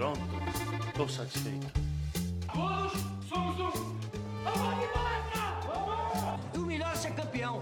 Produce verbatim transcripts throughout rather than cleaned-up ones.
Pronto, estou satisfeito. Todos somos um. Vamos de volta! O melhor é ser campeão.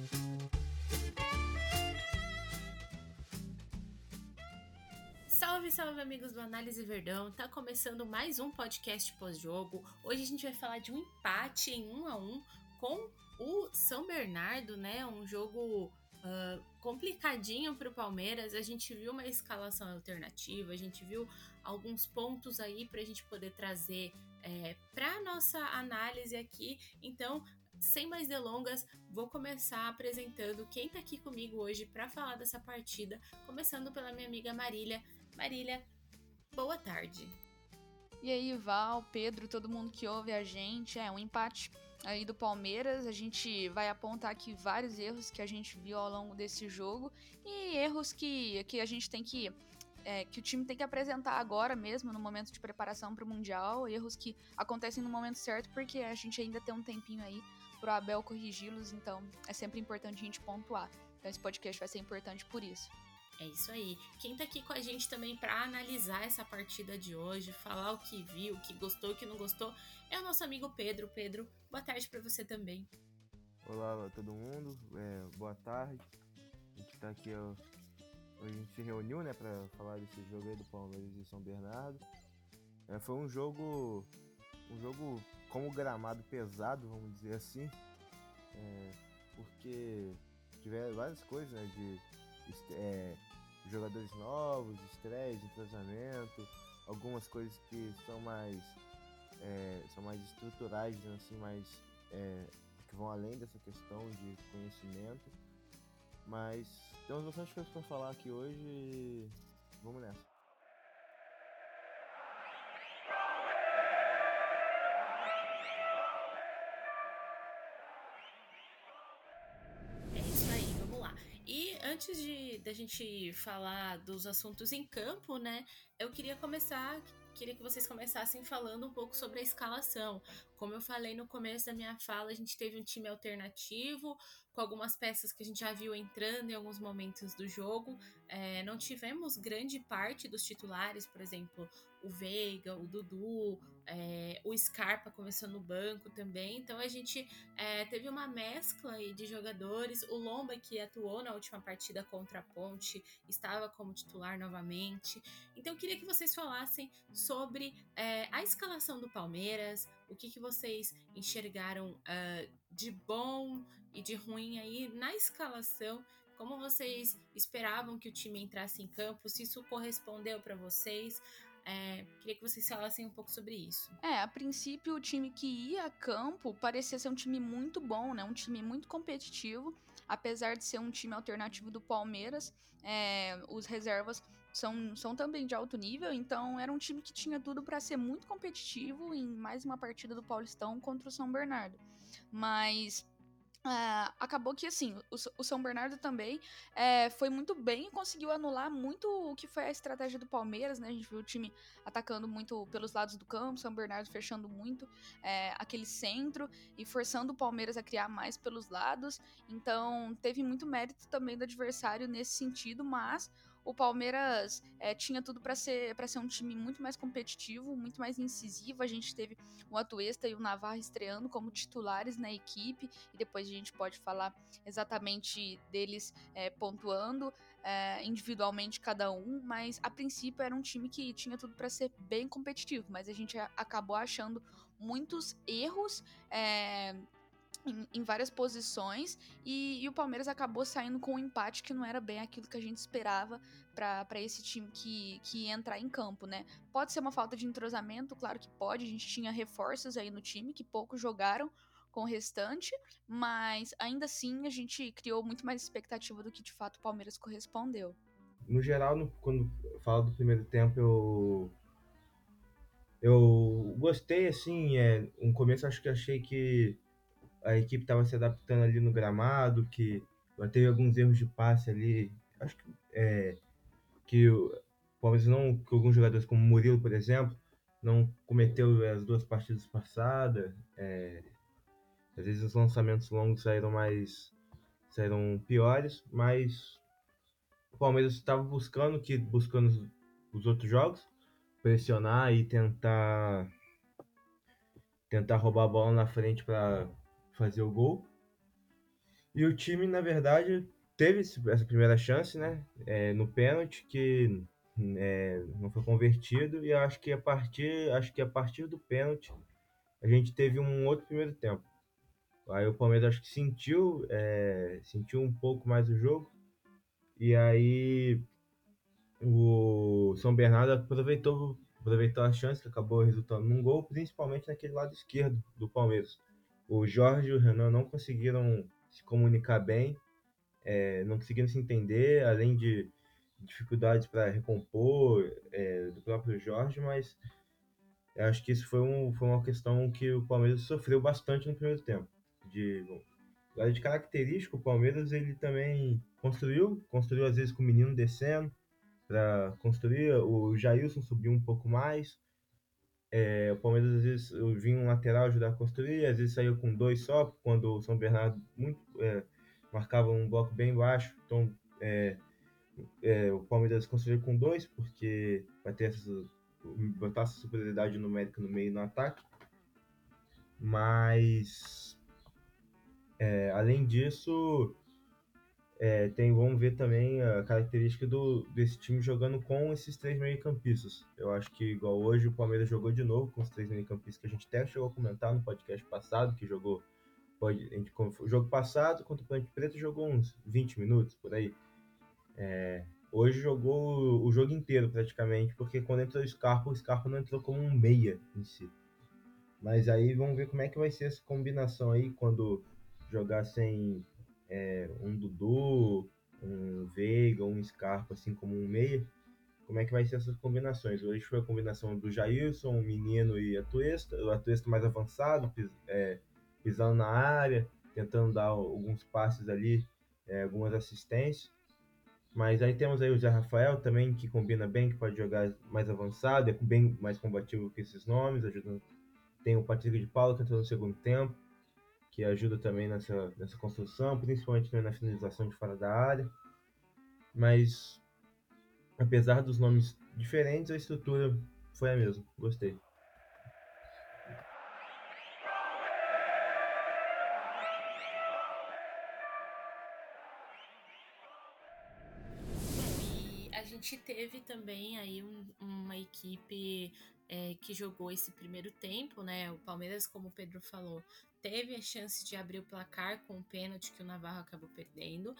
Salve, salve amigos do Análise Verdão, tá começando mais um podcast pós-jogo. Hoje a gente vai falar de um empate em um a um com o São Bernardo, né? Um jogo uh, complicadinho para o Palmeiras. A gente viu uma escalação alternativa, a gente viu alguns pontos aí para a gente poder trazer é, para nossa análise aqui. Então, sem mais delongas, vou começar apresentando quem tá aqui comigo hoje para falar dessa partida, começando pela minha amiga Marília. Marília, boa tarde. E aí, Val, Pedro, todo mundo que ouve a gente, é um empate aí do Palmeiras. A gente vai apontar aqui vários erros que a gente viu ao longo desse jogo e erros que, que a gente tem que, é, que o time tem que apresentar agora mesmo, no momento de preparação para o Mundial, erros que acontecem no momento certo, porque a gente ainda tem um tempinho aí pro Abel corrigi-los, então é sempre importante a gente pontuar. Então esse podcast vai ser importante por isso. É isso aí. Quem tá aqui com a gente também para analisar essa partida de hoje, falar o que viu, o que gostou, o que não gostou, é o nosso amigo Pedro. Pedro, boa tarde para você também. Olá a todo mundo, é, boa tarde. A gente tá aqui, ó, a gente se reuniu, né, para falar desse jogo aí do Palmeiras e São Bernardo. É, foi um jogo, um jogo como gramado pesado, vamos dizer assim, é, porque tiveram várias coisas, né, de É, jogadores novos, estreias, entrosamento, algumas coisas que são mais é, são mais estruturais, assim, mais é, que vão além dessa questão de conhecimento, mas temos bastante coisas para falar aqui hoje e vamos nessa. E antes de da gente falar dos assuntos em campo, né, eu queria começar, queria que vocês começassem falando um pouco sobre a escalação. Como eu falei no começo da minha fala, a gente teve um time alternativo, com algumas peças que a gente já viu entrando em alguns momentos do jogo. É, não tivemos grande parte dos titulares, por exemplo, o Veiga, o Dudu, é, o Scarpa começou no banco também. Então a gente é, teve uma mescla aí de jogadores. O Lomba, que atuou na última partida contra a Ponte, estava como titular novamente. Então eu queria que vocês falassem sobre é, a escalação do Palmeiras, o que, que vocês enxergaram uh, de bom e de ruim aí na escalação, como vocês esperavam que o time entrasse em campo, se isso correspondeu para vocês. É, queria que vocês falassem um pouco sobre isso. É, a princípio o time que ia a campo parecia ser um time muito bom, né? Um time muito competitivo, apesar de ser um time alternativo do Palmeiras. É, os reservas são, são também de alto nível, então era um time que tinha tudo para ser muito competitivo em mais uma partida do Paulistão contra o São Bernardo. Mas Uh, acabou que, assim, o, o São Bernardo também é, foi muito bem e conseguiu anular muito o que foi a estratégia do Palmeiras, né? A gente viu o time atacando muito pelos lados do campo, São Bernardo fechando muito é, aquele centro e forçando o Palmeiras a criar mais pelos lados. Então, teve muito mérito também do adversário nesse sentido, mas o Palmeiras é, tinha tudo para ser, para ser um time muito mais competitivo, muito mais incisivo. A gente teve o Atuesta e o Navarro estreando como titulares na equipe, e depois a gente pode falar exatamente deles é, pontuando é, individualmente cada um, mas a princípio era um time que tinha tudo para ser bem competitivo, mas a gente acabou achando muitos erros é, Em, em várias posições, e, e o Palmeiras acabou saindo com um empate que não era bem aquilo que a gente esperava para esse time que, que ia entrar em campo, né? Pode ser uma falta de entrosamento, claro que pode, a gente tinha reforços aí no time que poucos jogaram com o restante, mas ainda assim a gente criou muito mais expectativa do que de fato o Palmeiras correspondeu. No geral, no, quando falo do primeiro tempo, eu eu gostei, assim, é, no começo acho que achei que a equipe estava se adaptando ali no gramado, que teve alguns erros de passe ali. Acho que, é, que o Palmeiras não, que alguns jogadores como o Murilo, por exemplo, não cometeu as duas partidas passadas. É, às vezes os lançamentos longos saíram mais saíram piores, mas o Palmeiras estava buscando que buscando os, os outros jogos, pressionar e tentar tentar roubar a bola na frente para fazer o gol. E o time, na verdade, teve essa primeira chance, né? É, no pênalti, que é, não foi convertido. E acho que a partir, acho que a partir do pênalti a gente teve um outro primeiro tempo. Aí o Palmeiras acho que sentiu, é, sentiu um pouco mais o jogo. E aí o São Bernardo aproveitou, aproveitou a chance, que acabou resultando num gol, principalmente naquele lado esquerdo do Palmeiras. O Jorge e o Renan não conseguiram se comunicar bem, é, não conseguiram se entender, além de dificuldades para recompor é, do próprio Jorge, mas eu acho que isso foi, um, foi uma questão que o Palmeiras sofreu bastante no primeiro tempo. De, bom, agora, de característica, o Palmeiras ele também construiu, construiu às vezes com o menino descendo para construir, o Jailson subiu um pouco mais, é, o Palmeiras às vezes vinha um lateral ajudar a construir, às vezes saiu com dois só, quando o São Bernardo muito, é, marcava um bloco bem baixo, então é, é, o Palmeiras construiu com dois, porque vai ter essa, botar essa superioridade numérica no meio e no ataque, mas é, além disso, é, tem, vamos ver também a característica do, desse time jogando com esses três meio-campistas. Eu acho que, igual hoje, o Palmeiras jogou de novo com os três meio-campistas, que a gente até chegou a comentar no podcast passado, que jogou. Pode, a gente, o jogo passado contra o Ponte Preta jogou uns vinte minutos por aí. É, hoje jogou o jogo inteiro praticamente, porque quando entrou o Scarpa, o Scarpa não entrou como um meia em si. Mas aí vamos ver como é que vai ser essa combinação aí quando jogar sem é, um Dudu, um Veiga, um Scarpa, assim como um meia. Como é que vai ser essas combinações? Hoje foi a combinação do Jailson, o Menino e a Atuesta. O Atuesta mais avançado, pis, é, pisando na área, tentando dar alguns passes ali, é, algumas assistências. Mas aí temos aí o Zé Rafael também, que combina bem, que pode jogar mais avançado, é bem mais combativo que esses nomes, ajudando. Tem o Patrick de Paula que entrou no segundo tempo, que ajuda também nessa, nessa construção, principalmente também na finalização de fora da área. Mas, apesar dos nomes diferentes, a estrutura foi a mesma. Gostei. E a gente teve também aí um, uma equipe é, que jogou esse primeiro tempo, né? O Palmeiras, como o Pedro falou, teve a chance de abrir o placar com o pênalti que o Navarro acabou perdendo,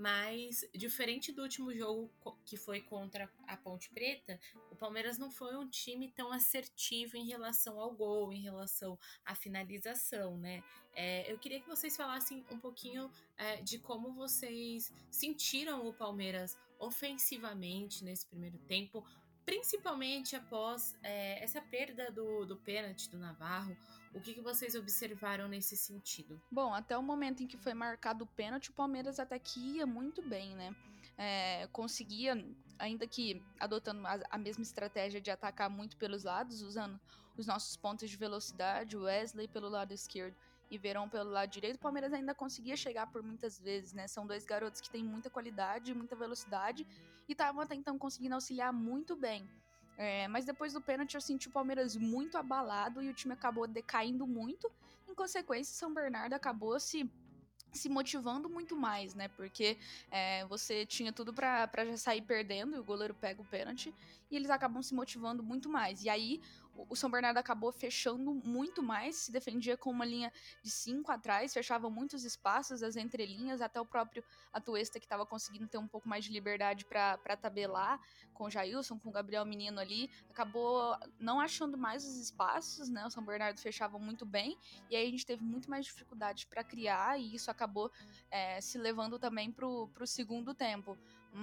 mas diferente do último jogo que foi contra a Ponte Preta, o Palmeiras não foi um time tão assertivo em relação ao gol, em relação à finalização, né? É, eu queria que vocês falassem um pouquinho é, de como vocês sentiram o Palmeiras ofensivamente nesse primeiro tempo, principalmente após é, essa perda do, do pênalti do Navarro. O que, que vocês observaram nesse sentido? Bom, até o momento em que foi marcado o pênalti, o Palmeiras até que ia muito bem, né? É, conseguia, ainda que adotando a, a mesma estratégia de atacar muito pelos lados, usando os nossos pontos de velocidade, o Wesley pelo lado esquerdo e Verón pelo lado direito, o Palmeiras ainda conseguia chegar por muitas vezes, né? São dois garotos que têm muita qualidade, muita velocidade e estavam até então conseguindo auxiliar muito bem. É, mas depois do pênalti eu senti o Palmeiras muito abalado e o time acabou decaindo muito. Em consequência, São Bernardo acabou se se motivando muito mais, né? Porque é, você tinha tudo pra, pra já sair perdendo e o goleiro pega o pênalti e eles acabam se motivando muito mais. E aí o, o São Bernardo acabou fechando muito mais, se defendia com uma linha de cinco atrás, fechava muitos espaços, as entrelinhas, até o próprio Atuesta que estava conseguindo ter um pouco mais de liberdade pra, pra tabelar com o Jailson, com o Gabriel Menino ali, acabou não achando mais os espaços, né? O São Bernardo fechava muito bem e aí a gente teve muito mais dificuldade para criar e isso acabou é, se levando também pro, pro segundo tempo.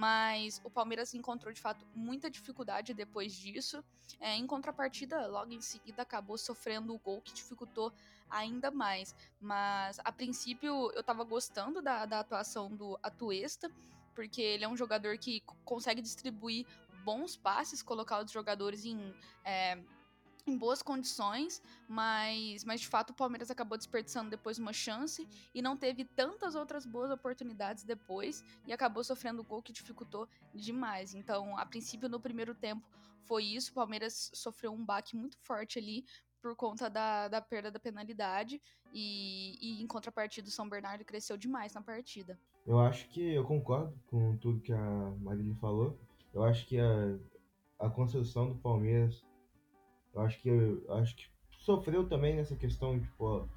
Mas o Palmeiras encontrou, de fato, muita dificuldade depois disso. É, em contrapartida, logo em seguida, acabou sofrendo o gol que dificultou ainda mais. Mas, a princípio, eu tava gostando da, da atuação do Atuesta, porque ele é um jogador que consegue distribuir bons passes, colocar os jogadores em... É, em boas condições, mas, mas de fato o Palmeiras acabou desperdiçando depois uma chance e não teve tantas outras boas oportunidades depois e acabou sofrendo um gol que dificultou demais. Então, a princípio, no primeiro tempo foi isso, o Palmeiras sofreu um baque muito forte ali por conta da, da perda da penalidade e, e em contrapartida o São Bernardo cresceu demais na partida. Eu acho que eu concordo com tudo que a Marília falou. Eu acho que a, a construção do Palmeiras, eu acho que eu acho que sofreu também nessa questão, tipo,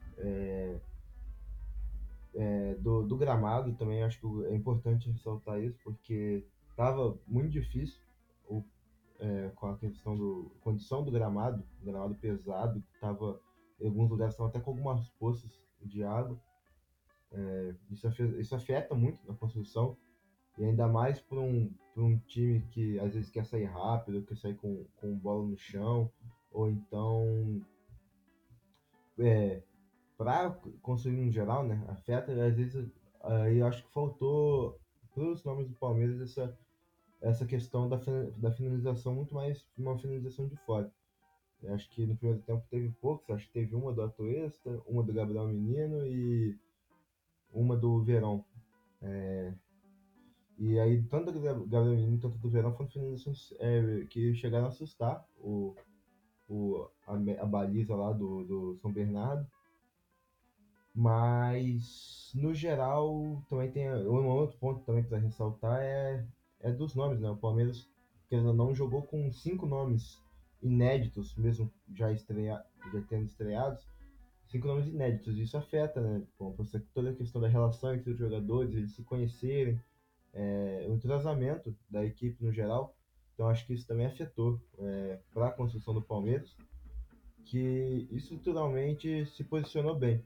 é, do, do gramado também. Acho que é importante ressaltar isso, porque tava muito difícil o, é, com a questão do condição do gramado, gramado pesado, que tava em alguns lugares estavam até com algumas poças de água. É, isso, afeta, isso afeta muito na construção. E ainda mais para um, pra um time que às vezes quer sair rápido, quer sair com, com bola no chão, ou então, é, para construir no geral, né? Afeta, às vezes, aí eu acho que faltou para os nomes do Palmeiras essa, essa questão da, da finalização, muito mais uma finalização de fora. Eu acho que no primeiro tempo teve poucos, acho que teve uma do Atuesta, uma do Gabriel Menino e uma do Verón. É, E aí, tanto do Gabriel Menino quanto do Verão foram finalizações é, que chegaram a assustar o, o, a, a baliza lá do, do São Bernardo. Mas, no geral, também tem um outro ponto também para ressaltar é, é dos nomes, né? O Palmeiras, querendo ou não, jogou com cinco nomes inéditos, mesmo já, estreia, já tendo estreados, cinco nomes inéditos. Isso afeta, né? Bom, toda a questão da relação entre os jogadores, eles se conhecerem, é, o entrosamento da equipe no geral. Então acho que isso também afetou é, para a construção do Palmeiras, que estruturalmente se posicionou bem,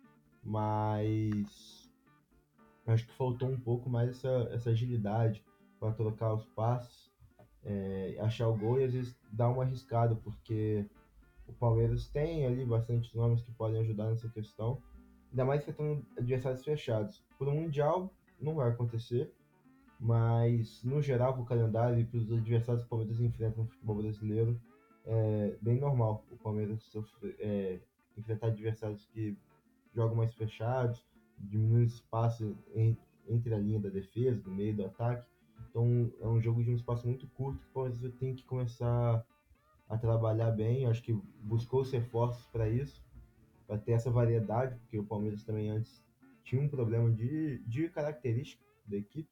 mas acho que faltou um pouco mais essa, essa agilidade para trocar os passes, é, achar o gol e às vezes dar uma arriscada, porque o Palmeiras tem ali bastante nomes que podem ajudar nessa questão, ainda mais enfrentando adversários fechados. Por um Mundial não vai acontecer, mas no geral, para o calendário e para os adversários que o Palmeiras enfrenta no futebol brasileiro, é bem normal o Palmeiras sofrer, é, enfrentar adversários que jogam mais fechados, diminui o espaço em, entre a linha da defesa, do meio do ataque. Então é um jogo de um espaço muito curto que o Palmeiras tem que começar a trabalhar bem. Eu acho que buscou os reforços para isso, para ter essa variedade, porque o Palmeiras também antes tinha um problema de, de característica da equipe.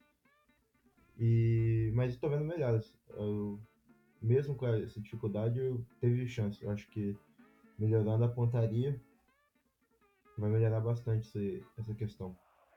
E, mas estou vendo melhoras. Eu, mesmo com essa dificuldade, eu teve chance. Eu acho que melhorando a pontaria vai melhorar bastante esse, essa questão.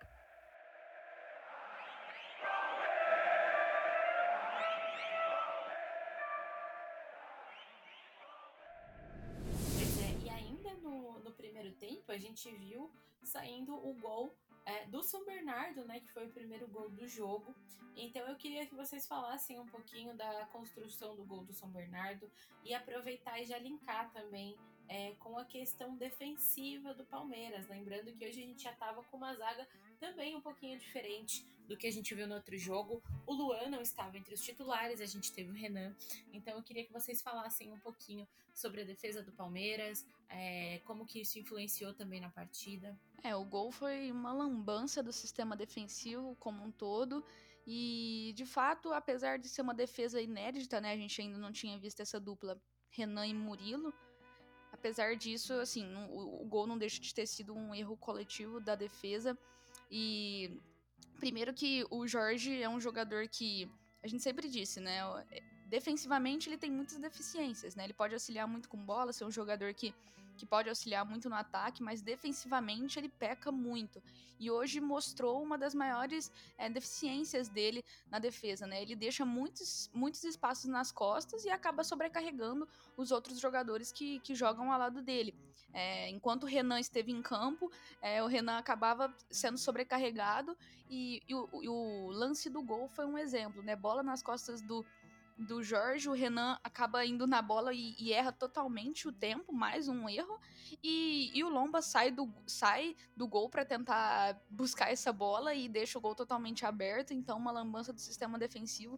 Pois é, e ainda no, no primeiro tempo a gente viu saindo o gol é, do São Bernardo, né, que foi o primeiro gol do jogo. Então eu queria que vocês falassem um pouquinho da construção do gol do São Bernardo e aproveitar e já linkar também é, com a questão defensiva do Palmeiras. Lembrando que hoje a gente já estava com uma zaga também um pouquinho diferente do que a gente viu no outro jogo. O Luan não estava entre os titulares, a gente teve o Renan. Então eu queria que vocês falassem um pouquinho sobre a defesa do Palmeiras, é, como que isso influenciou também na partida. É, o gol foi uma lambança do sistema defensivo como um todo. E, de fato, apesar de ser uma defesa inédita, né? A gente ainda não tinha visto essa dupla Renan e Murilo. Apesar disso, assim, o, o gol não deixa de ter sido um erro coletivo da defesa. E, primeiro que o Jorge é um jogador que, a gente sempre disse, né? Defensivamente ele tem muitas deficiências, né? Ele pode auxiliar muito com bola, ser um jogador que, que pode auxiliar muito no ataque, mas defensivamente ele peca muito. E hoje mostrou uma das maiores é, deficiências dele na defesa, né? Ele deixa muitos, muitos espaços nas costas e acaba sobrecarregando os outros jogadores que, que jogam ao lado dele. É, enquanto o Renan esteve em campo, é, o Renan acabava sendo sobrecarregado e, e, o, e o lance do gol foi um exemplo, né? Bola nas costas do do Jorge, o Renan acaba indo na bola e, e erra totalmente o tempo, mais um erro, e, e o Lomba sai do, sai do gol para tentar buscar essa bola e deixa o gol totalmente aberto, então uma lambança do sistema defensivo.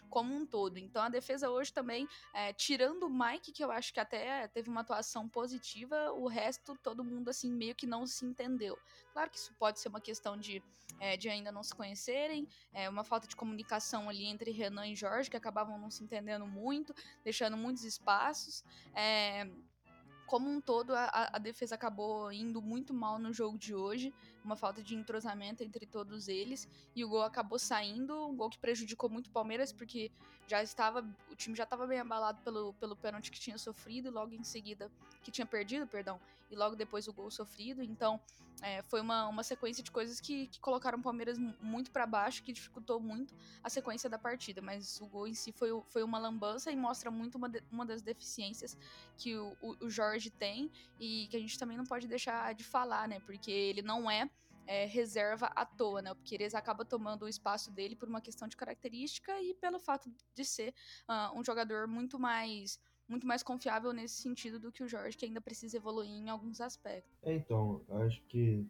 como um todo. Então a defesa hoje também, é, tirando o Mike, que eu acho que até teve uma atuação positiva, o resto todo mundo assim meio que não se entendeu. Claro que isso pode ser uma questão de, é, de ainda não se conhecerem, é, uma falta de comunicação ali entre Renan e Jorge, que acabavam não se entendendo muito, deixando muitos espaços. É, como um todo, a, a defesa acabou indo muito mal no jogo de hoje, uma falta de entrosamento entre todos eles, e o gol acabou saindo, um gol que prejudicou muito o Palmeiras, porque já estava, o time já estava bem abalado pelo, pelo pênalti que tinha sofrido, e logo em seguida, que tinha perdido, perdão, e logo depois o gol sofrido, então é, foi uma, uma sequência de coisas que, que colocaram o Palmeiras muito para baixo, que dificultou muito a sequência da partida, mas o gol em si foi, foi uma lambança e mostra muito uma, de, uma das deficiências que o, o, o Jorge tem e que a gente também não pode deixar de falar, né, porque ele não é, é reserva à toa, né, o Piquerez acaba tomando o espaço dele por uma questão de característica e pelo fato de ser uh, um jogador muito mais muito mais confiável nesse sentido do que o Jorge, que ainda precisa evoluir em alguns aspectos. É, então, eu acho que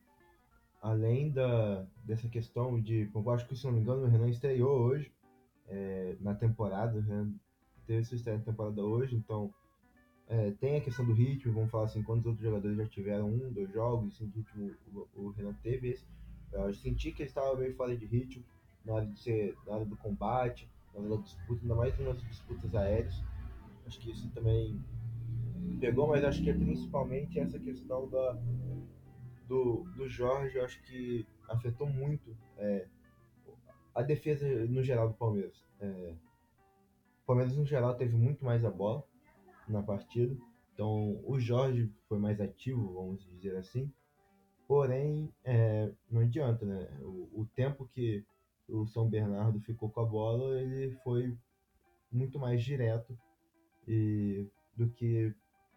além da, dessa questão de, eu acho que se não me engano o Renan estreou hoje, é, na temporada, o Renan teve sua estreia na temporada hoje, então é, tem a questão do ritmo, vamos falar assim, quantos outros jogadores já tiveram um, dois jogos, assim, de ritmo o, o Renan teve esse, eu senti que ele estava meio fora de ritmo na hora de ser, na hora do combate, na hora da disputa, ainda mais nas disputas aéreas, acho que isso também pegou, mas acho que é principalmente essa questão da do, do Jorge, eu acho que afetou muito é, a defesa no geral do Palmeiras. É, o Palmeiras no geral teve muito mais a bola na partida, então o Jorge foi mais ativo, vamos dizer assim, porém é, não adianta, né? O, o tempo que o São Bernardo ficou com a bola, ele foi muito mais direto e, do que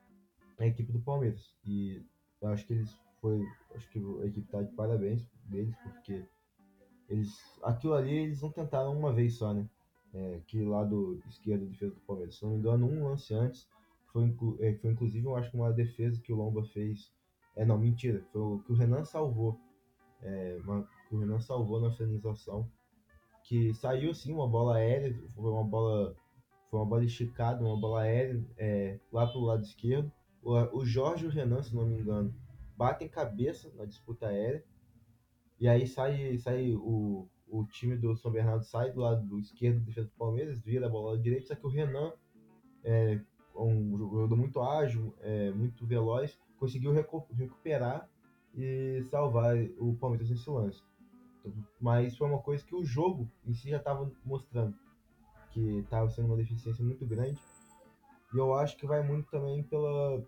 a equipe do Palmeiras. E eu acho que eles foi, acho que a equipe tá de parabéns deles, porque eles, aquilo ali eles não tentaram uma vez só, né? É, que lado esquerdo da defesa do Palmeiras. Se não me engano, um lance antes foi, inclu, é, foi inclusive, eu acho que uma defesa que o Lomba fez. É, não, mentira. Foi o que o Renan salvou. É, uma, que o Renan salvou na finalização. Que saiu sim uma bola aérea, foi uma bola, foi uma bola esticada, uma bola aérea é, lá pro lado esquerdo. O, o Jorge e o Renan, se não me engano, batem cabeça na disputa aérea. E aí sai, sai o, o time do São Bernardo sai do lado do esquerdo do defesa do Palmeiras, vira a bola à direita, só que o Renan, é, um jogador muito ágil, é, muito veloz, conseguiu recu- recuperar e salvar o Palmeiras nesse lance. Mas foi uma coisa que o jogo em si já estava mostrando, que estava sendo uma deficiência muito grande. E eu acho que vai muito também pela,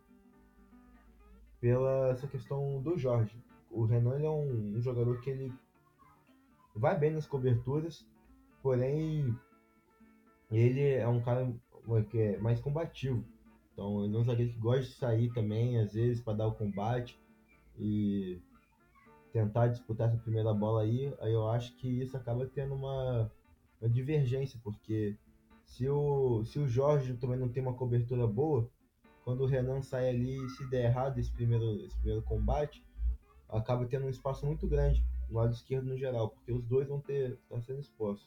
pela essa questão do Jorge. O Renan ele é um, um jogador que ele vai bem nas coberturas, porém ele é um cara que é mais combativo. Então ele é um zagueiro que gosta de sair também, às vezes, para dar o combate e tentar disputar essa primeira bola aí. Aí eu acho que isso acaba tendo uma, uma divergência, porque se o, se o Jorge também não tem uma cobertura boa, quando o Renan sai ali e se der errado esse primeiro, esse primeiro combate, acaba tendo um espaço muito grande no lado esquerdo no geral, porque os dois vão ter estão sendo expostos.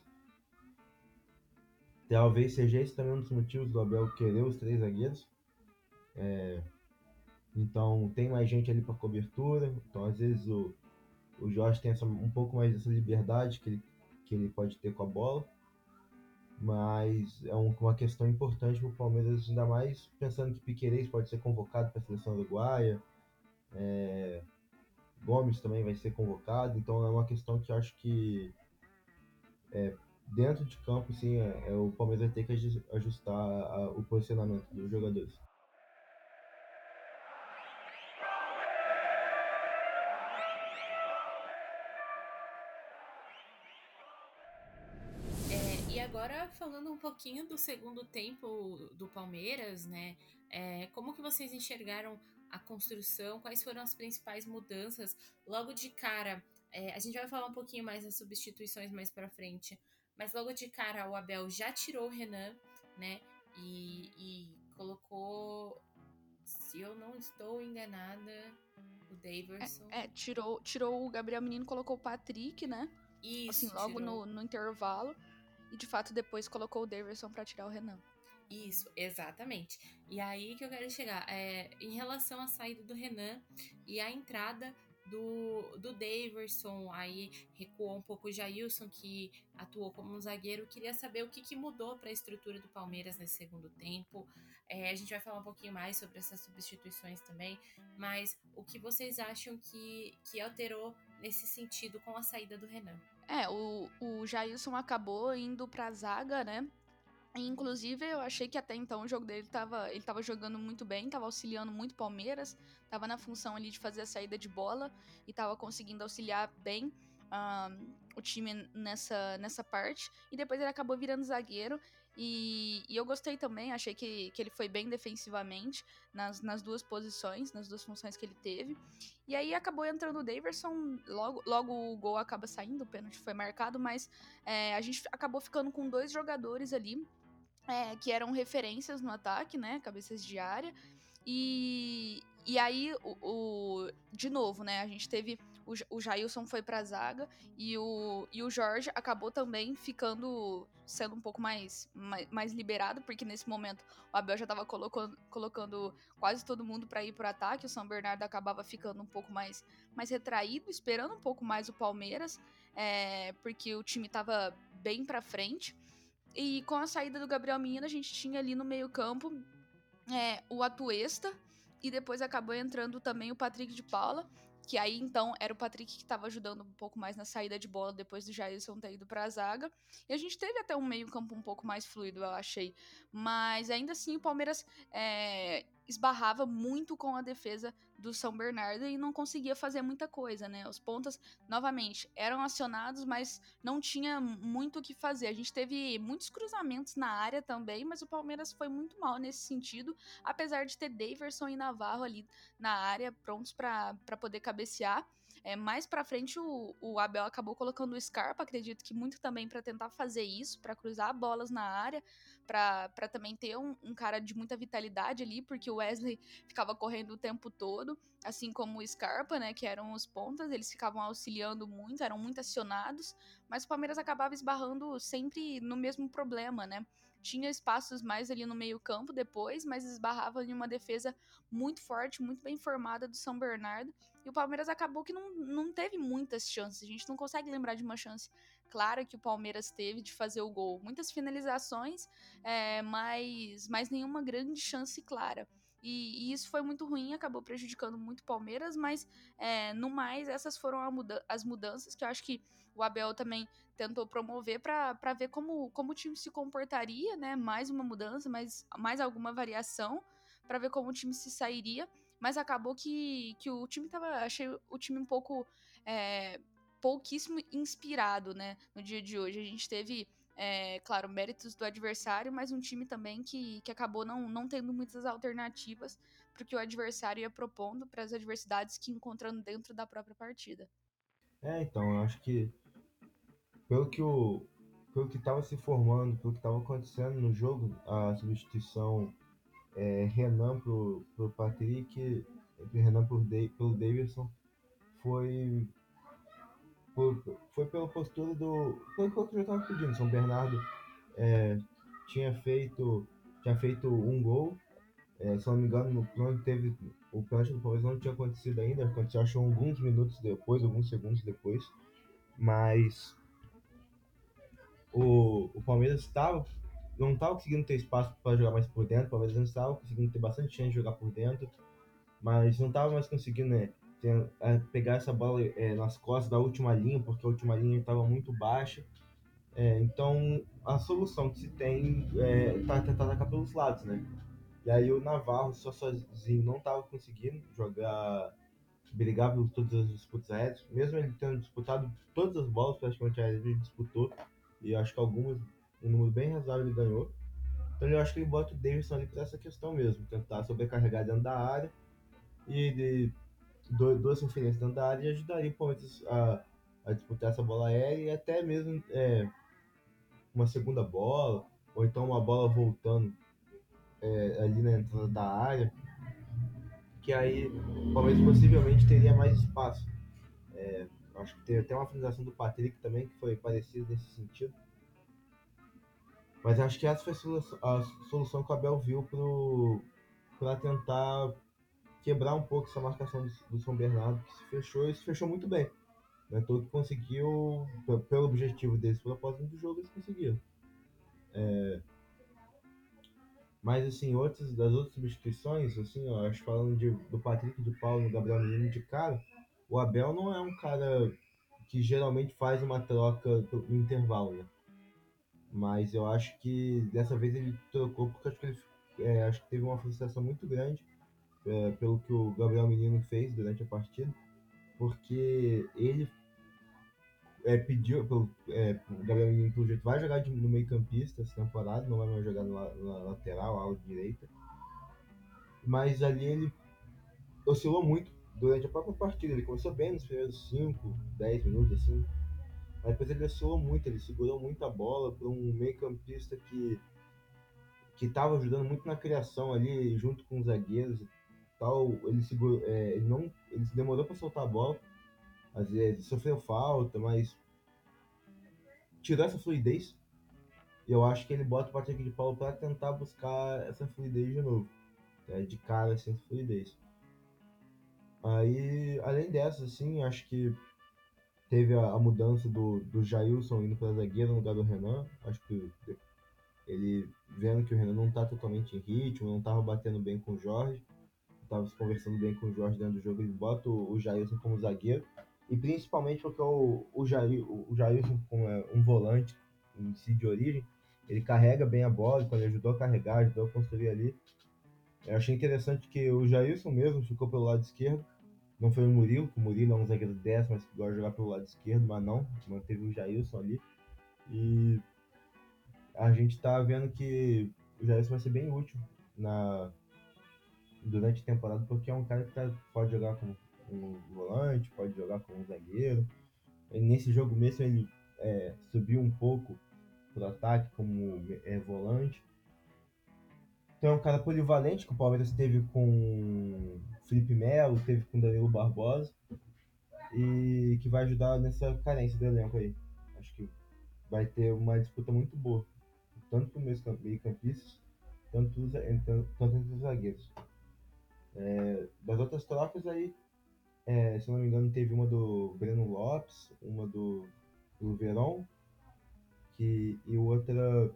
Talvez seja esse também um dos motivos do Abel querer os três zagueiros. É, então tem mais gente ali para cobertura. Então às vezes o, o Jorge tem essa, um pouco mais dessa liberdade que ele, que ele pode ter com a bola. Mas é um, uma questão importante para o Palmeiras, ainda mais pensando que Piquerez pode ser convocado para a seleção uruguaia. É, Gomes também vai ser convocado. Então é uma questão que eu acho que é, dentro de campo, sim, é, é, o Palmeiras vai ter que ajustar a, o posicionamento dos jogadores. É, e agora, falando um pouquinho do segundo tempo do Palmeiras, né? É, como que vocês enxergaram a construção? Quais foram as principais mudanças? Logo de cara, é, a gente vai falar um pouquinho mais das substituições mais pra frente, mas logo de cara o Abel já tirou o Renan, né? E, e colocou, se eu não estou enganada, o Daverson. É, é, tirou, tirou o Gabriel Menino, colocou o Patrick, né? Isso, Assim, logo tirou. no, no intervalo. e de fato depois colocou o Daverson para tirar o Renan. Isso, exatamente. E aí que eu quero chegar. É, em relação à saída do Renan e a entrada do, do Daverson, aí recuou um pouco o Jailson, que atuou como um zagueiro. Queria saber o que, que mudou para a estrutura do Palmeiras nesse segundo tempo. É, a gente vai falar um pouquinho mais sobre essas substituições também, mas o que vocês acham que, que alterou nesse sentido com a saída do Renan? É, o, o Jailson acabou indo pra zaga, né? Inclusive, eu achei que até então o jogo dele tava, ele tava jogando muito bem, tava auxiliando muito o Palmeiras, tava na função ali de fazer a saída de bola e tava conseguindo auxiliar bem um, o time nessa, nessa parte. E depois ele acabou virando zagueiro e, e eu gostei também, achei que, que ele foi bem defensivamente nas, nas duas posições, nas duas funções que ele teve. E aí acabou entrando o Daverson, logo, logo o gol acaba saindo, o pênalti foi marcado, mas é, a gente acabou ficando com dois jogadores ali é, que eram referências no ataque, né? Cabeças de área. E, e aí, o, o, de novo, né? A gente teve. O, o Jailson foi pra zaga e o, e o Jorge acabou também ficando. Sendo um pouco mais, mais, mais liberado, porque nesse momento o Abel já tava colocando, colocando quase todo mundo para ir pro ataque. O São Bernardo acabava ficando um pouco mais, mais retraído, esperando um pouco mais o Palmeiras, é, porque o time tava bem pra frente. E com a saída do Gabriel Menino, a gente tinha ali no meio-campo é, o Atuesta, e depois acabou entrando também o Patrick de Paula, que aí então era o Patrick que estava ajudando um pouco mais na saída de bola depois do Jailson ter ido para a zaga. E a gente teve até um meio-campo um pouco mais fluido, eu achei. Mas ainda assim o Palmeiras é, esbarrava muito com a defesa do São Bernardo e não conseguia fazer muita coisa, né? Os pontas, novamente, eram acionados, mas não tinha muito o que fazer. A gente teve muitos cruzamentos na área também, mas o Palmeiras foi muito mal nesse sentido, apesar de ter Daverson e Navarro ali na área, prontos para poder cabecear. É, mais pra frente o, o Abel acabou colocando o Scarpa, acredito que muito também para tentar fazer isso, para cruzar bolas na área, para também ter um, um cara de muita vitalidade ali, porque o Wesley ficava correndo o tempo todo, assim como o Scarpa, né, que eram os pontas, eles ficavam auxiliando muito, eram muito acionados, mas o Palmeiras acabava esbarrando sempre no mesmo problema, né? Tinha espaços mais ali no meio campo depois, mas esbarrava em uma defesa muito forte, muito bem formada do São Bernardo, e o Palmeiras acabou que não, não teve muitas chances, a gente não consegue lembrar de uma chance clara que o Palmeiras teve de fazer o gol. Muitas finalizações, é, mas, mas nenhuma grande chance clara. E, e isso foi muito ruim, acabou prejudicando muito o Palmeiras, mas é, no mais, essas foram muda- as mudanças que eu acho que o Abel também tentou promover para ver como, como o time se comportaria, né? Mais uma mudança, mais, mais alguma variação, para ver como o time se sairia. Mas acabou que, que o time tava. Achei o time um pouco. É, pouquíssimo inspirado, né? No dia de hoje. A gente teve. É, claro, méritos do adversário, mas um time também que, que acabou não, não tendo muitas alternativas porque o adversário ia propondo para as adversidades que encontrando dentro da própria partida. É, então, eu acho que pelo que o pelo que estava se formando, pelo que estava acontecendo no jogo, a substituição é, Renan pro, pro Patrick, Renan por Dei- pelo Davidson, foi por, foi pela postura do. Foi o que eu já estava pedindo. São Bernardo é, tinha feito tinha feito um gol. É, se não me engano, no plano teve. O pênalti do Palmeiras não tinha acontecido ainda, aconteceu acho alguns minutos depois, alguns segundos depois. Mas o, o Palmeiras estava não estava conseguindo ter espaço para jogar mais por dentro, o Palmeiras não estava conseguindo ter bastante chance de jogar por dentro, mas não estava mais conseguindo né, ter, é, pegar essa bola é, nas costas da última linha, porque a última linha estava muito baixa. É, então a solução que se tem é tá, tentar atacar pelos lados, né? E aí o Navarro só sozinho não estava conseguindo jogar, brigar por todas as disputas aéreas, mesmo ele tendo disputado todas as bolas, praticamente aéreas ele disputou, e acho que algumas, um número bem razoável ele ganhou. Então eu acho que ele bota o Davidson ali por essa questão mesmo, tentar sobrecarregar dentro da área e de do- duas referências dentro da área e ajudaria o Palmeiras a, a disputar essa bola aérea e até mesmo é, uma segunda bola, ou então uma bola voltando é, ali na entrada da área, que aí o Palmeiras possivelmente teria mais espaço. É, acho que teve até uma finalização do Patrick também, que foi parecida nesse sentido. Mas acho que essa foi a solução, a solução que o Abel viu para tentar quebrar um pouco essa marcação do, do São Bernardo, que se fechou e se fechou muito bem. Né? Todo que conseguiu, p- pelo objetivo deles, pela propósito do jogo, eles conseguiram. É, mas, assim, outras, das outras substituições, assim, ó, acho que falando de, do Patrick de Paulo no Gabriel Menino de cara, o Abel não é um cara que geralmente faz uma troca no intervalo, né? Mas eu acho que dessa vez ele trocou porque acho que ele é, acho que teve uma frustração muito grande é, pelo que o Gabriel Menino fez durante a partida, porque ele é, pediu, pelo, é, o Gabriel Menino, pelo jeito, vai jogar de, no meio campista essa temporada, não vai mais jogar na, na lateral, ala direita, mas ali ele oscilou muito durante a própria partida. Ele começou bem nos primeiros cinco, dez minutos, assim, mas depois ele oscilou muito, ele segurou muito a bola para um meio campista que que estava ajudando muito na criação ali, junto com os zagueiros e tal. Ele segurou, é, ele não, ele demorou para soltar a bola, às vezes sofreu falta, mas tirou essa fluidez. E eu acho que ele bota o Patrick de Paulo para tentar buscar essa fluidez de novo, né? De cara sem fluidez. Aí, além dessa, assim, acho que teve a, a mudança do, do Jailson indo para zagueiro no lugar do Renan. Acho que ele vendo que o Renan não tá totalmente em ritmo, não tava batendo bem com o Jorge, tava se conversando bem com o Jorge dentro do jogo, ele bota o, o Jailson como zagueiro. E principalmente porque o, o, Jair, o, o Jailson, como é um volante em si de origem, ele carrega bem a bola, então ele ajudou a carregar, ajudou a construir ali. Eu achei interessante que o Jailson mesmo ficou pelo lado esquerdo, não foi o Murilo, que o Murilo é um zagueiro dez, mas que gosta de jogar pelo lado esquerdo, mas não, manteve o Jailson ali. E a gente tá vendo que o Jailson vai ser bem útil na, durante a temporada, porque é um cara que tá, pode jogar como um volante, pode jogar como um zagueiro. E nesse jogo mesmo ele é, subiu um pouco pro ataque como é, volante. Então é um cara polivalente que o Palmeiras teve com Felipe Melo, teve com Danilo Barbosa e que vai ajudar nessa carência do elenco aí. Acho que vai ter uma disputa muito boa, tanto com meus meio campistas, tanto, tanto, tanto entre os zagueiros. É, das outras trocas aí, é, se não me engano, teve uma do Breno Lopes, uma do, do Verón, que, e outra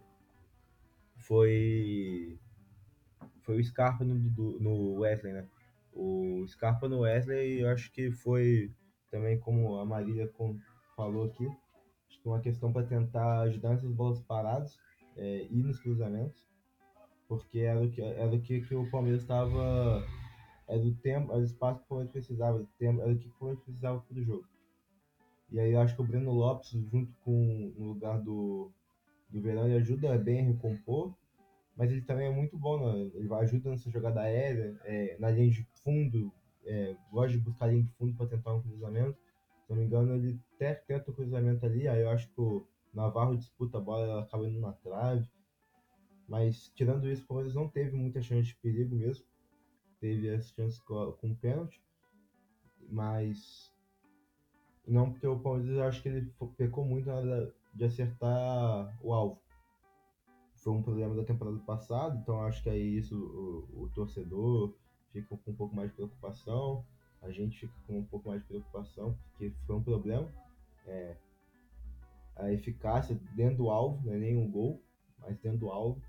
foi foi o Scarpa no, do, no Wesley, né? O Scarpa no Wesley, eu acho que foi também, como a Marília com, falou aqui, acho que uma questão para tentar ajudar nessas bolas paradas é, e nos cruzamentos, porque era o que, era o que, que o Palmeiras estava. Era o tempo, era o espaço que o Palmeiras precisava, era o, tempo, era o que o Palmeiras precisava para o jogo. E aí eu acho que o Breno Lopes, junto com no lugar do, do Verão, ele ajuda bem a recompor, mas ele também é muito bom, né? Ele vai ajuda nessa jogada aérea, é, na linha de fundo, é, gosta de buscar a linha de fundo para tentar um cruzamento. Se não me engano, ele até tenta o cruzamento ali, aí eu acho que o Navarro disputa a bola, ela acaba indo na trave. Mas tirando isso, o Palmeiras não teve muita chance de perigo mesmo. Teve as chances com, com pênalti, mas não porque o Palmeiras, eu acho que ele pecou muito na hora de acertar o alvo. Foi um problema da temporada passada, então acho que aí isso o, o torcedor fica com um pouco mais de preocupação, a gente fica com um pouco mais de preocupação, porque foi um problema. É, a eficácia dentro do alvo, não é nem um gol, mas dentro do alvo.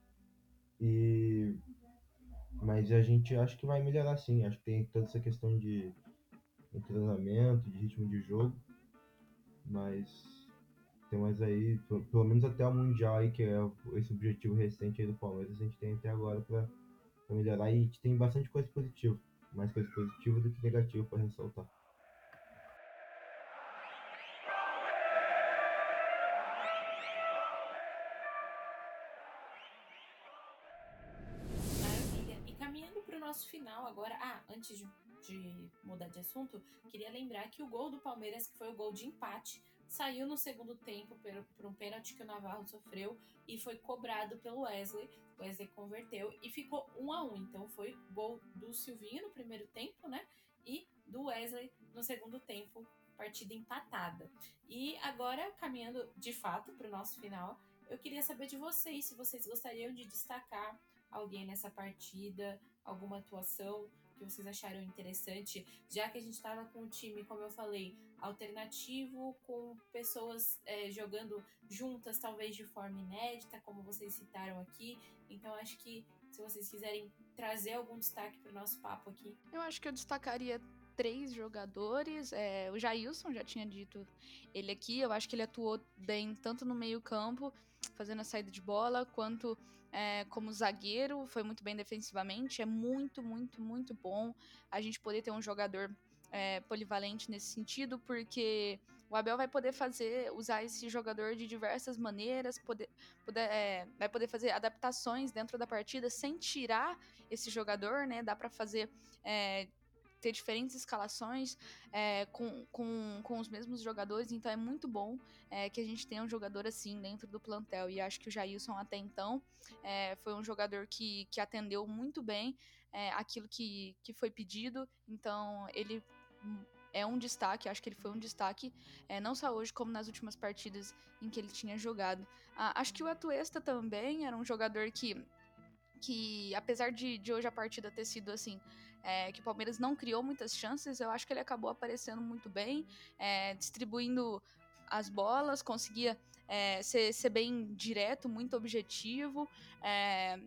E, mas a gente acha que vai melhorar sim, acho que tem toda essa questão de treinamento, de ritmo de jogo, mas tem mais aí, pelo menos até o Mundial aí, que é esse objetivo recente aí do Palmeiras, a gente tem até agora para melhorar e a gente tem bastante coisa positiva, mais coisa positiva do que negativa para ressaltar. Maravilha. E caminhando para o nosso final agora. Ah, antes de, de mudar de assunto, queria lembrar que o gol do Palmeiras, que foi o gol de empate, saiu no segundo tempo por, por um pênalti que o Navarro sofreu e foi cobrado pelo Wesley. O Wesley converteu e ficou um a um. Então foi gol do Silvinho no primeiro tempo, né? E do Wesley no segundo tempo, partida empatada. E agora, caminhando de fato para o nosso final, Eu queria saber de vocês, se vocês gostariam de destacar alguém nessa partida, alguma atuação que vocês acharam interessante, já que a gente estava com um time, como eu falei, alternativo, com pessoas é, jogando juntas, talvez de forma inédita, como vocês citaram aqui. Então, acho que se vocês quiserem trazer algum destaque para o nosso papo aqui. Eu acho que eu destacaria três jogadores. É, o Jailson, já tinha dito ele aqui. Eu acho que ele atuou bem tanto no meio-campo, fazendo a saída de bola, quanto é, como zagueiro. Foi muito bem defensivamente. É muito, muito, muito bom a gente poder ter um jogador é, polivalente nesse sentido, porque o Abel vai poder fazer, usar esse jogador de diversas maneiras, poder, poder, é, vai poder fazer adaptações dentro da partida sem tirar esse jogador, né? Dá para fazer é, ter diferentes escalações é, com, com, com os mesmos jogadores, então é muito bom é, que a gente tenha um jogador assim dentro do plantel, e acho que o Jailson até então é, foi um jogador que, que atendeu muito bem é, aquilo que, que foi pedido, então ele é um destaque, acho que ele foi um destaque, é, não só hoje, como nas últimas partidas em que ele tinha jogado. Ah, acho que o Atuesta também era um jogador que que apesar de, de hoje a partida ter sido assim, é, que o Palmeiras não criou muitas chances, eu acho que ele acabou aparecendo muito bem, é, distribuindo as bolas, conseguia é, ser, ser bem direto, muito objetivo, é,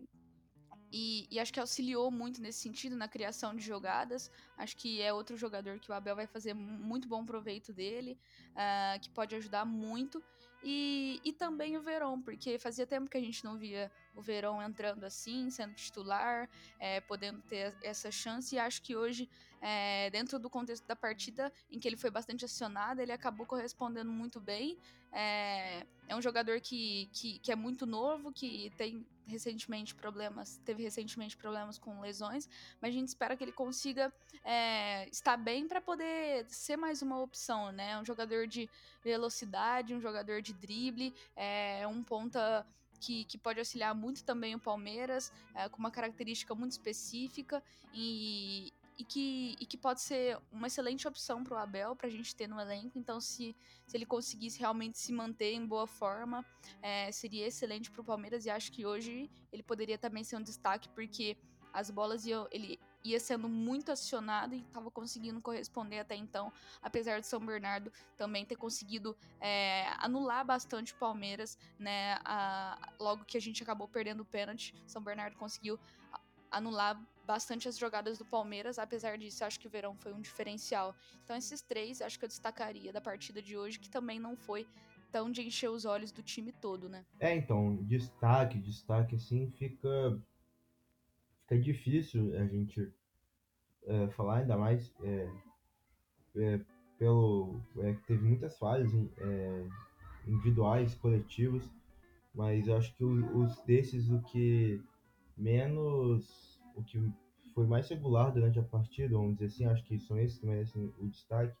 e, e acho que auxiliou muito nesse sentido, na criação de jogadas. Acho que é outro jogador que o Abel vai fazer muito bom proveito dele, uh, que pode ajudar muito. E, e também o Verón, porque fazia tempo que a gente não via o Verón entrando assim, sendo titular, é, podendo ter essa chance. E acho que hoje, é, dentro do contexto da partida, em que ele foi bastante acionado, ele acabou correspondendo muito bem. É, é um jogador que, que, que é muito novo, que tem recentemente problemas, teve recentemente problemas com lesões, mas a gente espera que ele consiga é, estar bem para poder ser mais uma opção, né? Um jogador de velocidade, um jogador de drible, é um ponta que, que pode auxiliar muito também o Palmeiras, é, com uma característica muito específica e, e, que, e que pode ser uma excelente opção para o Abel, para a gente ter no elenco. Então, se, se ele conseguisse realmente se manter em boa forma, é, seria excelente para o Palmeiras, e acho que hoje ele poderia também ser um destaque, porque as bolas iam, ele ia sendo muito acionado e estava conseguindo corresponder até então, apesar de São Bernardo também ter conseguido é, anular bastante o Palmeiras, né? A, logo que a gente acabou perdendo o pênalti, São Bernardo conseguiu anular bastante as jogadas do Palmeiras. Apesar disso, acho que o Verón foi um diferencial. Então esses três, acho que eu destacaria da partida de hoje, que também não foi tão de encher os olhos do time todo, né? É, então, destaque, destaque, assim, fica, fica difícil a gente é, falar, ainda mais é, é, pelo é, que teve muitas falhas é, individuais, coletivas, mas eu acho que o- os desses, o que menos, o que foi mais regular durante a partida, vamos dizer assim, acho que são esses que merecem o destaque,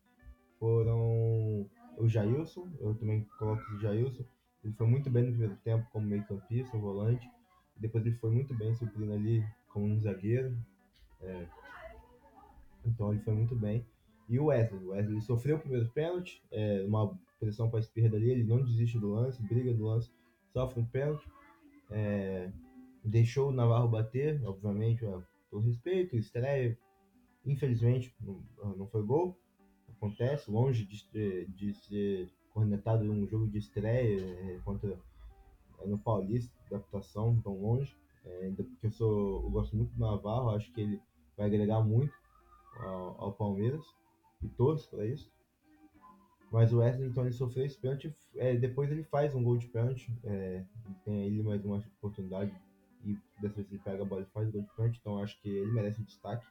foram o Jailson. Eu também coloco o Jailson. Ele foi muito bem no primeiro tempo como meio-campista, volante. Depois ele foi muito bem suprindo ali como um zagueiro. É, então ele foi muito bem. E o Wesley, o Wesley sofreu o primeiro pênalti, é, uma pressão para a esquerda ali, ele não desiste do lance, briga do lance, sofre um pênalti, é, deixou o Navarro bater, obviamente, é, por respeito, estreia. Infelizmente, não, não foi gol, acontece, longe de, de ser cornetado num jogo de estreia é, contra é, no Paulista, adaptação tão longe, é, ainda porque eu sou, eu gosto muito do Navarro, acho que ele vai agregar muito ao, ao Palmeiras e torço para isso. Mas o Wesley, então, ele sofreu esse pênalti, é, depois ele faz um gol de pênalti, é, tem ele mais uma oportunidade e dessa vez ele pega a bola e faz o gol de pênalti, então acho que ele merece destaque.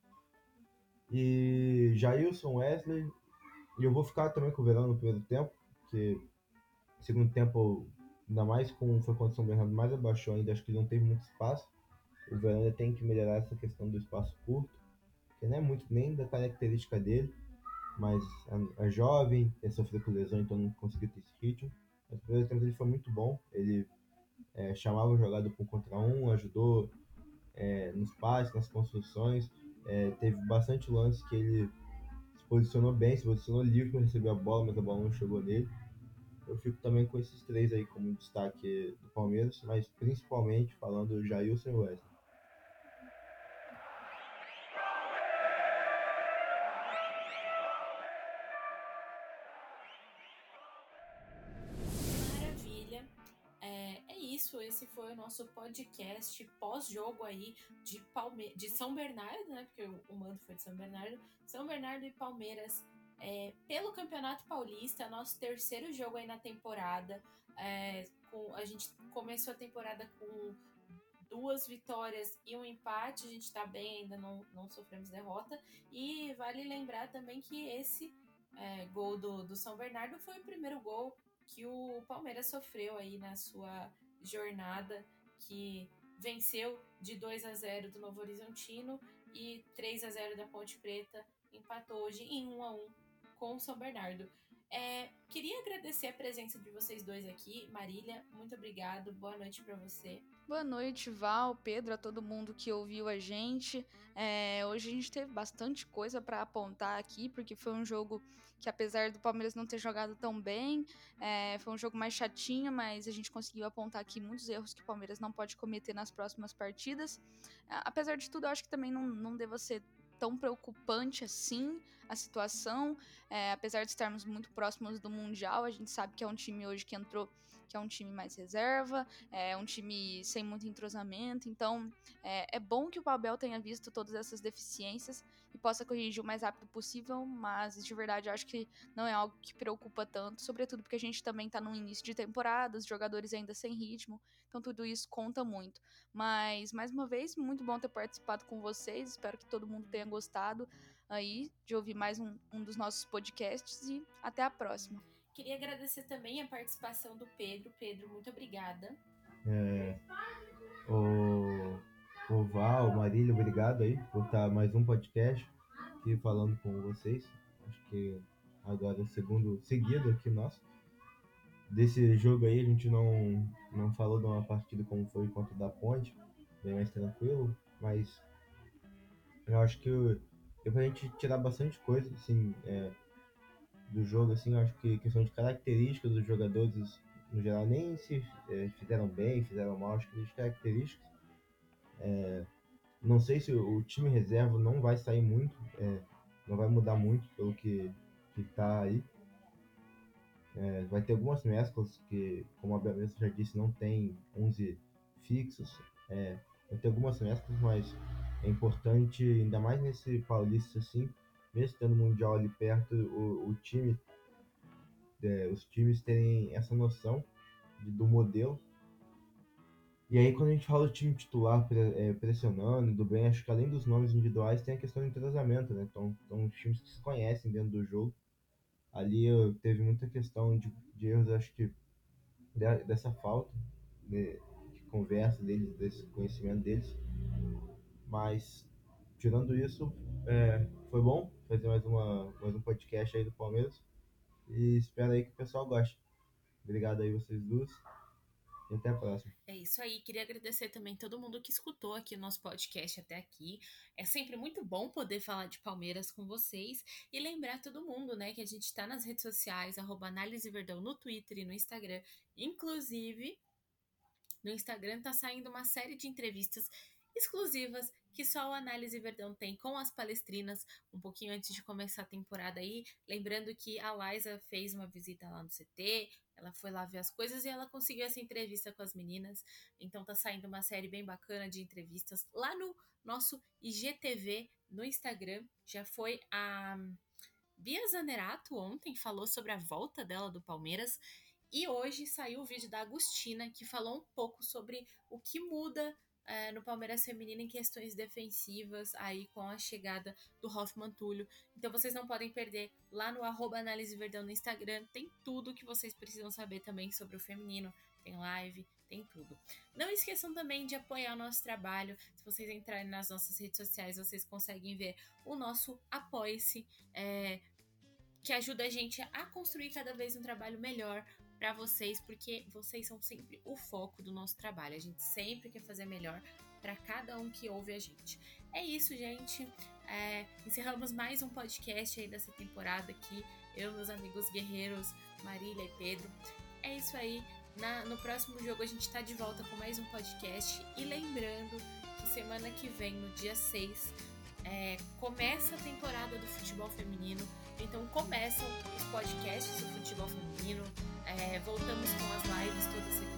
E Jailson, Wesley, e eu vou ficar também com o Verão no primeiro tempo, porque no segundo tempo, ainda mais com foi contra o São Bernardo, mais abaixou ainda, acho que não teve muito espaço. O Verão ainda tem que melhorar essa questão do espaço curto, que não é muito nem da característica dele, mas é, é jovem, é sofreu com lesão, então não conseguiu ter esse ritmo. Mas o primeiro tempo ele foi muito bom, ele é, chamava o jogador para um contra um, ajudou é, nos passes, nas construções, é, teve bastante lance que ele se posicionou bem, se posicionou livre para receber a bola, mas a bola não chegou nele. eu fico também com esses três aí como destaque do Palmeiras, mas principalmente falando do Jailson e Wesley. Maravilha. É, é isso, esse foi o nosso podcast pós-jogo aí de, Palme de São Bernardo, né? Porque o, o mando foi de São Bernardo. São Bernardo e Palmeiras é, pelo Campeonato Paulista, nosso terceiro jogo aí na temporada. É, com, a gente começou a temporada com duas vitórias e um empate, a gente tá bem, ainda não, não sofremos derrota. E vale lembrar também que esse é, gol do, do São Bernardo foi o primeiro gol que o Palmeiras sofreu aí na sua jornada, que venceu de dois a zero do Novo Horizontino e três a zero da Ponte Preta, empatou hoje em um a um com o São Bernardo. É, queria agradecer a presença de vocês dois aqui. Marília, muito obrigado, boa noite para você. Boa noite, Val, Pedro, a todo mundo que ouviu a gente. É, hoje a gente teve bastante coisa para apontar aqui, porque foi um jogo que, apesar do Palmeiras não ter jogado tão bem, é, foi um jogo mais chatinho, mas a gente conseguiu apontar aqui muitos erros que o Palmeiras não pode cometer nas próximas partidas. Apesar de tudo, eu acho que também não, não deva ser tão preocupante assim a situação, é, apesar de estarmos muito próximos do Mundial. A gente sabe que é um time hoje que entrou, que é um time mais reserva, é um time sem muito entrosamento, então é, é bom que o Abel tenha visto todas essas deficiências e possa corrigir o mais rápido possível, mas de verdade eu acho que não é algo que preocupa tanto, sobretudo porque a gente também tá no início de temporada, os jogadores ainda sem ritmo, então tudo isso conta muito. Mas, mais uma vez, muito bom ter participado com vocês, espero que todo mundo tenha gostado aí de ouvir mais um, um dos nossos podcasts e até a próxima. Queria agradecer também a participação do Pedro. Pedro, muito obrigada. É, o, o Val, Marília, obrigado aí por estar mais um podcast aqui falando com vocês. Acho que agora é o segundo seguido aqui nosso. Desse jogo aí a gente não, não falou de uma partida como foi contra o da Ponte, bem mais tranquilo, mas eu acho que deu pra gente tirar bastante coisa, assim, é, do jogo, assim, eu acho que questão de características dos jogadores, no geral, nem se é, fizeram bem, fizeram mal, acho que de características. É, não sei se o, o time reserva não vai sair muito, é, não vai mudar muito pelo que, que tá aí. É, vai ter algumas mesclas que, como a Bel mesmo já disse, não tem onze fixos. É, vai ter algumas mesclas, mas é importante, ainda mais nesse Paulista assim, mesmo tendo o Mundial ali perto, o, o time, é, os times terem essa noção de, do modelo. E aí quando a gente fala do time titular pre, é, pressionando, do bem, acho que além dos nomes individuais tem a questão do entrosamento, né? Então, então os times que se conhecem dentro do jogo. Ali eu, teve muita questão de, de erros, acho que de, dessa falta de, de conversa deles, desse conhecimento deles. Mas, tirando isso, é, foi bom fazer mais, uma, mais um podcast aí do Palmeiras. E espero aí que o pessoal goste. Obrigado aí vocês duas. E até a próxima. É isso aí, queria agradecer também todo mundo que escutou aqui o nosso podcast até aqui. É sempre muito bom poder falar de Palmeiras com vocês e lembrar todo mundo, né, que a gente tá nas redes sociais, arroba Análise Verdão no Twitter e no Instagram. Inclusive, no Instagram tá saindo uma série de entrevistas exclusivas que só o Análise Verdão tem com as palestrinas um pouquinho antes de começar a temporada aí. Lembrando que a Liza fez uma visita lá no C T, ela foi lá ver as coisas e ela conseguiu essa entrevista com as meninas. Então tá saindo uma série bem bacana de entrevistas lá no nosso I G T V no Instagram. Já foi a Bia Zanerato ontem, falou sobre a volta dela do Palmeiras. E hoje saiu o vídeo da Agostina, que falou um pouco sobre o que muda é, no Palmeiras feminino em questões defensivas, aí com a chegada do Hoffman Túlio. Então vocês não podem perder, lá no arroba Análise Verdão no Instagram, tem tudo que vocês precisam saber também sobre o feminino, tem live, tem tudo. Não esqueçam também de apoiar o nosso trabalho. Se vocês entrarem nas nossas redes sociais, vocês conseguem ver o nosso Apoie-se, é, que ajuda a gente a construir cada vez um trabalho melhor para vocês, porque vocês são sempre o foco do nosso trabalho. A gente sempre quer fazer melhor para cada um que ouve a gente. É isso, gente. É, encerramos mais um podcast aí dessa temporada aqui. Eu e meus amigos guerreiros Marília e Pedro. É isso aí. Na, no próximo jogo a gente tá de volta com mais um podcast. E lembrando que semana que vem, no dia seis, é, começa a temporada do futebol feminino. Então começam os podcasts do futebol feminino. É, voltamos com as lives toda segunda.